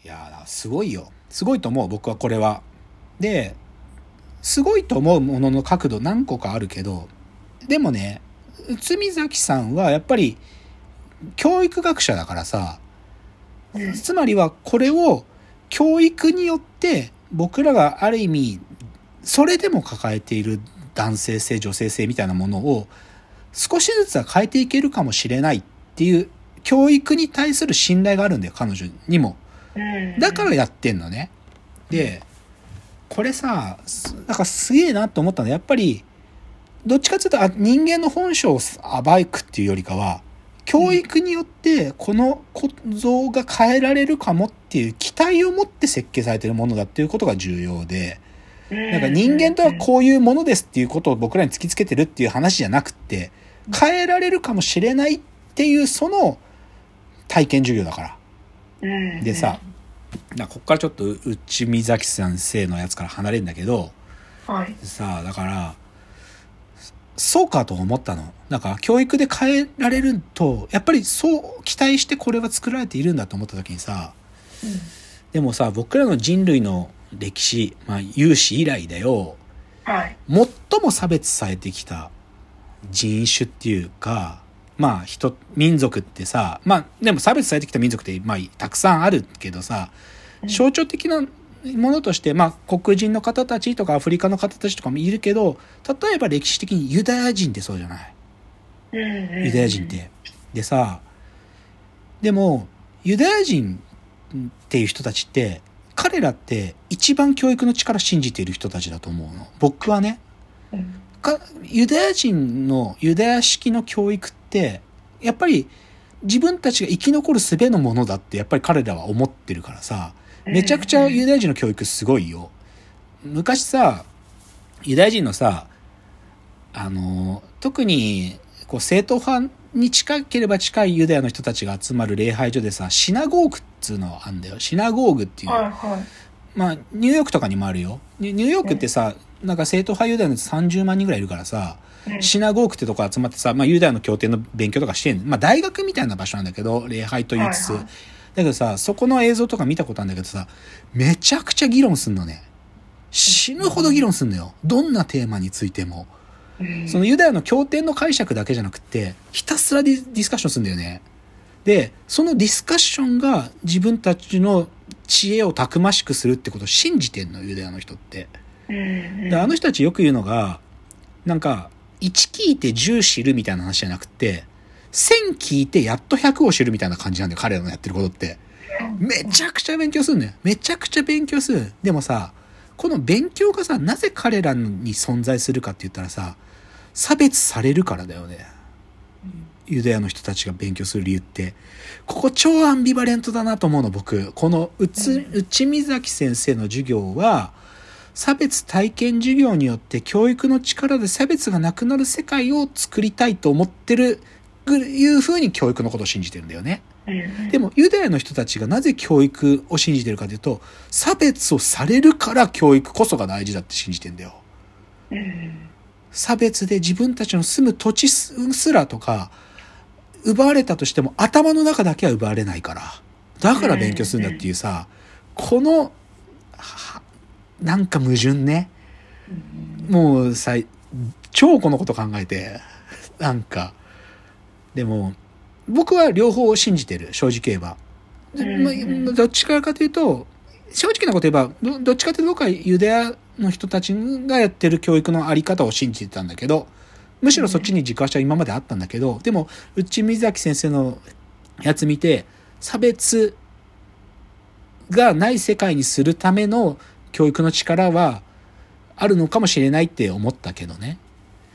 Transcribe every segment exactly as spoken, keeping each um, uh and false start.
いやすごいよ。すごいと思う、僕はこれは。で、すごいと思うものの角度何個かあるけど、でもね、内海崎さんはやっぱり教育学者だからさ、つまりはこれを教育によって僕らがある意味それでも抱えている男性性女性性みたいなものを少しずつは変えていけるかもしれないっていう教育に対する信頼があるんだよ、彼女にも。だからやってんのね。で、これさ、なんかすげえなと思ったのは、やっぱりどっちかっていうと、あ、人間の本性を暴くっていうよりかは、教育によってこの構造が変えられるかもっていう期待を持って設計されているものだっていうことが重要で、なんか人間とはこういうものですっていうことを僕らに突きつけてるっていう話じゃなくて、変えられるかもしれないっていうその体験授業だから。でさ、だこっからちょっと内海崎先生のやつから離れるんだけど、 はい、 さあだからそうかと思ったの。なんか教育で変えられるとやっぱりそう期待してこれは作られているんだと思った時にさ、うん、でもさ、僕らの人類の歴史、まあ有史以来だよ、 はい、 最も差別されてきた人種っていうか、まあ人民族ってさ、まあでも差別されてきた民族ってまあたくさんあるけどさ、象徴的なものとして、まあ黒人の方たちとかアフリカの方たちとかもいるけど、例えば歴史的にユダヤ人ってそうじゃない、 うんうんうん、 ユダヤ人ってでさ、でもユダヤ人っていう人たちって彼らって一番教育の力信じている人たちだと思うの、僕はね、うん、かユダヤ人のユダヤ式の教育ってやっぱり自分たちが生き残る術のものだってやっぱり彼らは思ってるからさ、めちゃくちゃユダヤ人の教育すごいよ。昔さ、ユダヤ人のさ、あの特にこう正統派に近ければ近いユダヤの人たちが集まる礼拝所でさ、シナゴーグっつうのあんだよ。シナゴーグっていう、 はいはい、 まあニューヨークとかにもあるよ。ニューヨークってさ、なんか正統派ユダヤのさんじゅうまんにんぐらいいるからさ、シナゴーグってとこ集まってさ、まあユダヤの経典の勉強とかしてんの。まあ大学みたいな場所なんだけど、礼拝と言いつつ、はいはい、だけどさ、そこの映像とか見たことあるんだけどさ、めちゃくちゃ議論すんのね。死ぬほど議論すんのよ。どんなテーマについても。そのユダヤの経典の解釈だけじゃなくて、ひたすらディ、ディスカッションするんだよね。で、そのディスカッションが自分たちの知恵をたくましくするってことを信じてんの、ユダヤの人って。で、あの人たちよく言うのが、なんか、いち聞いてじゅう知るみたいな話じゃなくて、せん聞いてやっとひゃくを知るみたいな感じなんだよ、彼らのやってることって。めちゃくちゃ勉強するんだよ。めちゃくちゃ勉強する。でもさ、この勉強がさ、なぜ彼らに存在するかって言ったらさ、差別されるからだよね。ユダヤの人たちが勉強する理由って。ここ超アンビバレントだなと思うの、僕。この内、内海崎先生の授業は、差別体験授業によって教育の力で差別がなくなる世界を作りたいと思ってる、いう風に教育のことを信じてるんだよね。でもユダヤの人たちがなぜ教育を信じてるかというと、差別をされるから教育こそが大事だって信じてんだよ。差別で自分たちの住む土地すらとか奪われたとしても頭の中だけは奪われないから、だから勉強するんだっていうさ、このなんか矛盾ね。もうさ、超このこと考えて、なんかでも僕は両方信じてる、正直言えば。まあ、どっちからかというと、正直なこと言えば ど, どっちかというと僕はユダヤの人たちがやってる教育のあり方を信じてたんだけど、むしろそっちに軸足は今まであったんだけど、でも内海崎先生のやつ見て、差別がない世界にするための教育の力はあるのかもしれないって思ったけどね。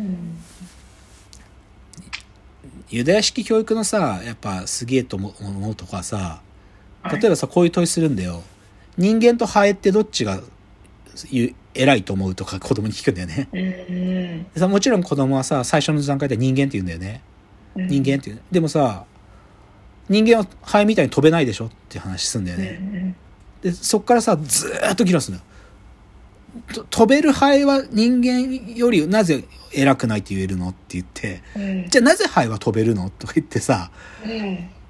ユダヤ式教育のさ、やっぱすげえと思うとかさ、例えばさ、こういう問いするんだよ。人間とハエってどっちが偉いと思うとか子供に聞くんだよね。うん、さ、もちろん子供はさ、最初の段階で人間って言うんだよね。うん、人間って言う。でもさ、人間はハエみたいに飛べないでしょって話するんだよね。うん、で、そっからさ、ずーっと議論するの。飛べるハエは人間よりなぜ偉くないって言えるのって言って、うん、じゃあなぜハエは飛べるのとか言ってさ、うん、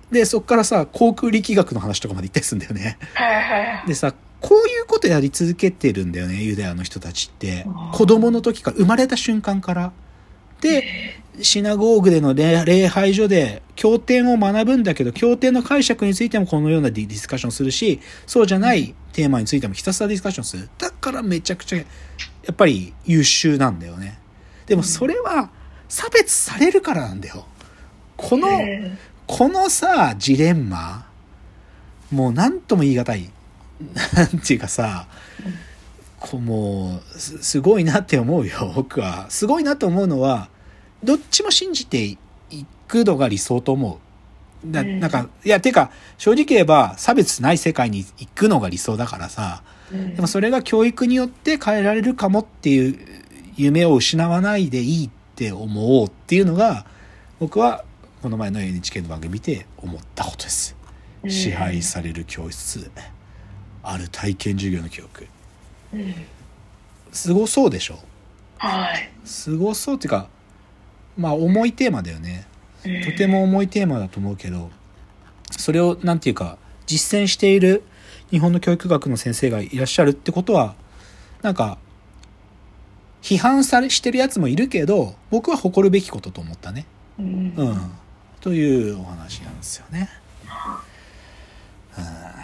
で、そっからさ、航空力学の話とかまで言ったりするんだよね。 はいはい。 でさ、こういうことやり続けてるんだよね、ユダヤの人たちって。子供の時から、生まれた瞬間から。で、シナゴーグでの礼拝所で経典を学ぶんだけど、経典の解釈についてもこのようなディスカッションするし、そうじゃないテーマについてもひたすらディスカッションする。だからめちゃくちゃ、やっぱり優秀なんだよね。でもそれは差別されるからなんだよ。この、このさ、ジレンマ、もう何とも言い難い。なんていうかさ、こうもうす、すごいなって思うよ、僕は。すごいなと思うのは、どっちも信じていくのが理想と思う。だなんか、いや、てか、正直言えば、差別ない世界に行くのが理想だからさ、でもそれが教育によって変えられるかもっていう夢を失わないでいいって思おうっていうのが、僕はこの前の エヌエイチケー の番組見て思ったことです。支配される教室。ある体験授業の記憶。すごそうでしょ。 はい。 すごそうっていうか、まあ重いテーマだよね。とても重いテーマだと思うけど、それをなんていうか実践している日本の教育学の先生がいらっしゃるってことは、なんか批判されしてるやつもいるけど、僕は誇るべきことと思ったね。うん、うん、というお話なんですよね。うん、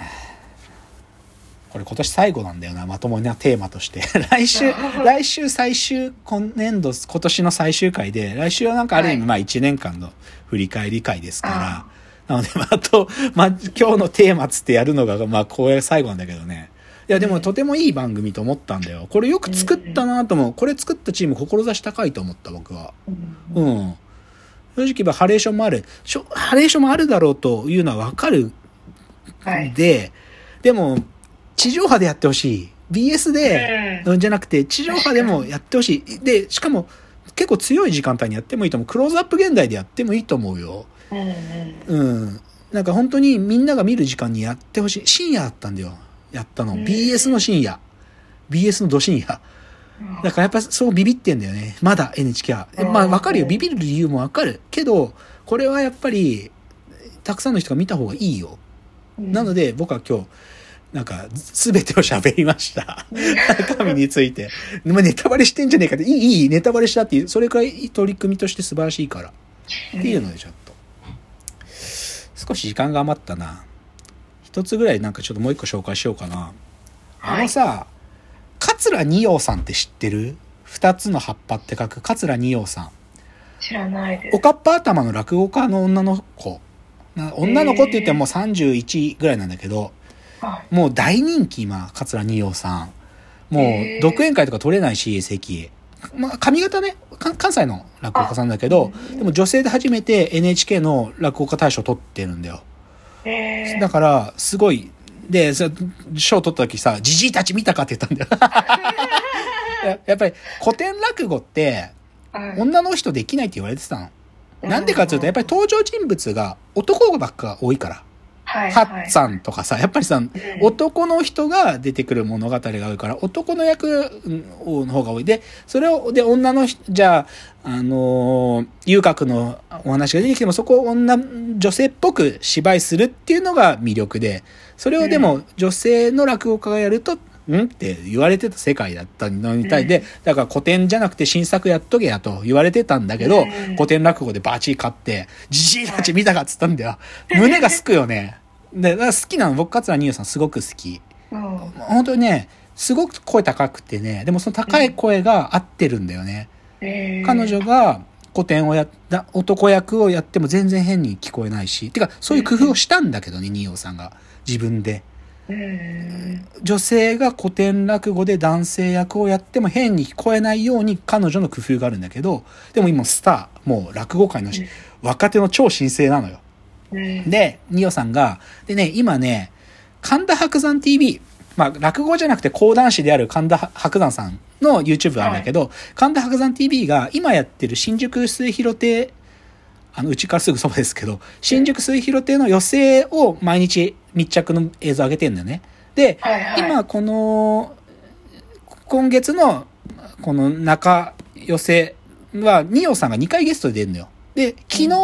これ今年最後なんだよな、まともなテーマとして。来週、来週最終、今年度、今年の最終回で、来週はなんかある意味、まあいちねんかんの振り返り会ですから、なので、まあ、あと、まあ、今日のテーマつってやるのが、まあ、これ最後なんだけどね。いや、でもとてもいい番組と思ったんだよ。これよく作ったなと思う。これ作ったチーム、志高いと思った、僕は。うん。正直言えば、ハレーションもある。ハレーションもあるだろうというのはわかる。はい。で、でも、地上波でやってほしい。ビーエス で、うん、じゃなくて、地上波でもやってほしい。で、しかも、結構強い時間帯にやってもいいと思う。クローズアップ現代でやってもいいと思うよ。うん。うん。なんか本当にみんなが見る時間にやってほしい。深夜だったんだよ。やったの。ビーエス の深夜。ビーエス のど深夜。だからやっぱそうビビってんだよね。まだ エヌエイチケー は。まあわかるよ。ビビる理由もわかる。けど、これはやっぱり、たくさんの人が見た方がいいよ。なので僕は今日、なんか、すべてを喋りました。中身について。ネタバレしてんじゃねえかって。いい、いい、ネタバレしたっていう。それくらい取り組みとして素晴らしいから。っていうのでちょっと。少し時間が余ったな。一つぐらいなんかちょっともう一個紹介しようかな。あのさ、桂二葉さんって知ってる？二つの葉っぱって書く桂二葉さん。 知らないです。 おかっぱ頭の落語家の女の子。女の子って言ってももうさんじゅういちぐらいなんだけど、もう大人気今、桂二葉さん。もう、独演会とか取れないし、席。まあ、髪型ね、関西の落語家さんだけど、でも女性で初めて エヌエイチケー の落語家大賞取ってるんだよ。だから、すごい、で、賞取った時さ、じじいたち見たかって言ったんだよ。やっぱり古典落語って、女の人できないって言われてたの。なんでかっていうと、やっぱり登場人物が男ばっか多いから。 はいハッツァンとかさ、やっぱりさ、男の人が出てくる物語が多いから、男の役の方が多い。で、それを、で、女の人、じゃあ、あのー、遊郭のお話が出てきても、そこを女、女性っぽく芝居するっていうのが魅力で、それをでも、女性の落語家がやると、んって言われてた世界だったのに対して、だから古典じゃなくて新作やっとけやと言われてたんだけど、古典落語でバチー勝って、じじいたち見たかっつったんだよ。胸がすくよね。で、だから好きなの。僕、桂二葉さんすごく好き。うん、本当にね、すごく声高くてね、でもその高い声が合ってるんだよね。うん、彼女が古典をやった、男役をやっても全然変に聞こえないし、てか、そういう工夫をしたんだけどね、二葉さんが。自分で。うん、女性が古典落語で男性役をやっても変に聞こえないように彼女の工夫があるんだけど、でも今スター、もう落語界の、うん、若手の超新星なのよ。で、二葉さんが、でね、今ね、神田伯山 ティーブイ、まあ、落語じゃなくて講談師である神田伯山さんの YouTube あるんだけど、はい、神田伯山 ティーブイ が今やってる新宿末広亭、あの、うちからすぐそばですけど、新宿末広亭の寄席を毎日密着の映像上げてんだよね。で、はいはい、今この、今月のこの中寄席は二葉さんがにかいゲストで出るのよ。で、昨日、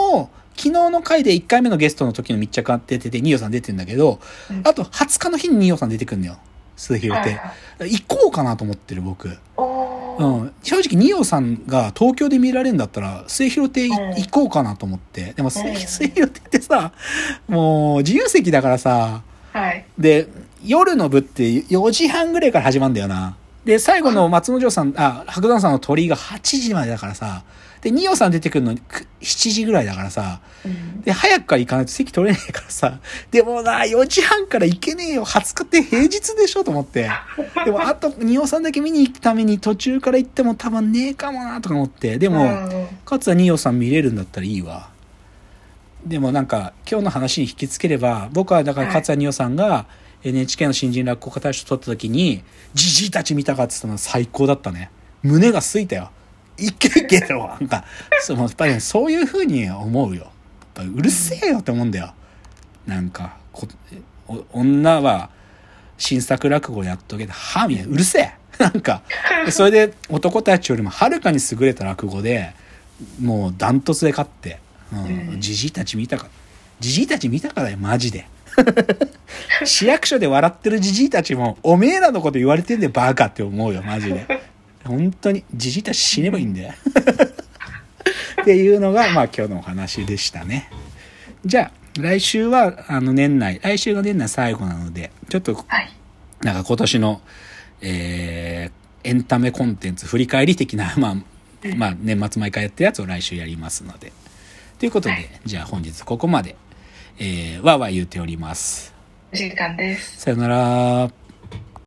昨日の回でいっかいめのゲストの時の密着が出てて、ニオさん出てんだけど、うん、あとはつかの日にニオさん出てくんだよ。末広亭。行こうかなと思ってる、僕。うん。正直、ニオさんが東京で見られるんだったら、末広亭行こうかなと思って。でも、末広亭ってさ、もう、自由席だからさ、 はい。 で、夜の部ってよじはんぐらいから始まるんだよな。で、最後の松之丞さん、あ、白山さんの鳥居がはちじまでだからさ、で、ニオさん出てくるのしちじぐらいだからさ、うん、で、早くから行かないと席取れないからさ、でもな、よじはんから行けねえよ、はつかって平日でしょと思って。でも、あと、ニオさんだけ見に行くために途中から行っても多分ねえかもなとか思って、でも、うん、かつはニオさん見れるんだったらいいわ。でもなんか、今日の話に引きつければ、僕はだから勝谷ニオさんが エヌエイチケー の新人落語家大賞取った時に、じじいたち見たかって言ったのは最高だったね。胸が空いたよ。いけるけど、なんか、そう、やっぱり、ね、そういう風に思うよ。やっぱうるせえよって思うんだよ。なんか、こ女は新作落語やっとけて、はみたいな、うるせえなんか、それで男たちよりもはるかに優れた落語で、もうダントツで勝って、うん、じじいたち見たか、じじいたち見たからよ、マジで。市役所で笑ってるじじいたちも、おめえらのこと言われてんでバカって思うよ、マジで。本当に、じじいたち死ねばいいんだよ。っていうのが、まあ今日のお話でしたね。じゃあ、来週は、あの年内、来週が年内最後なので、ちょっと、はい、なんか今年の、えー、エンタメコンテンツ振り返り的な、まあ、まあ年末毎回やってるやつを来週やりますので。ということで、はい、じゃあ本日ここまで、えー、わーわー言うております。 お時間です。 さよなら。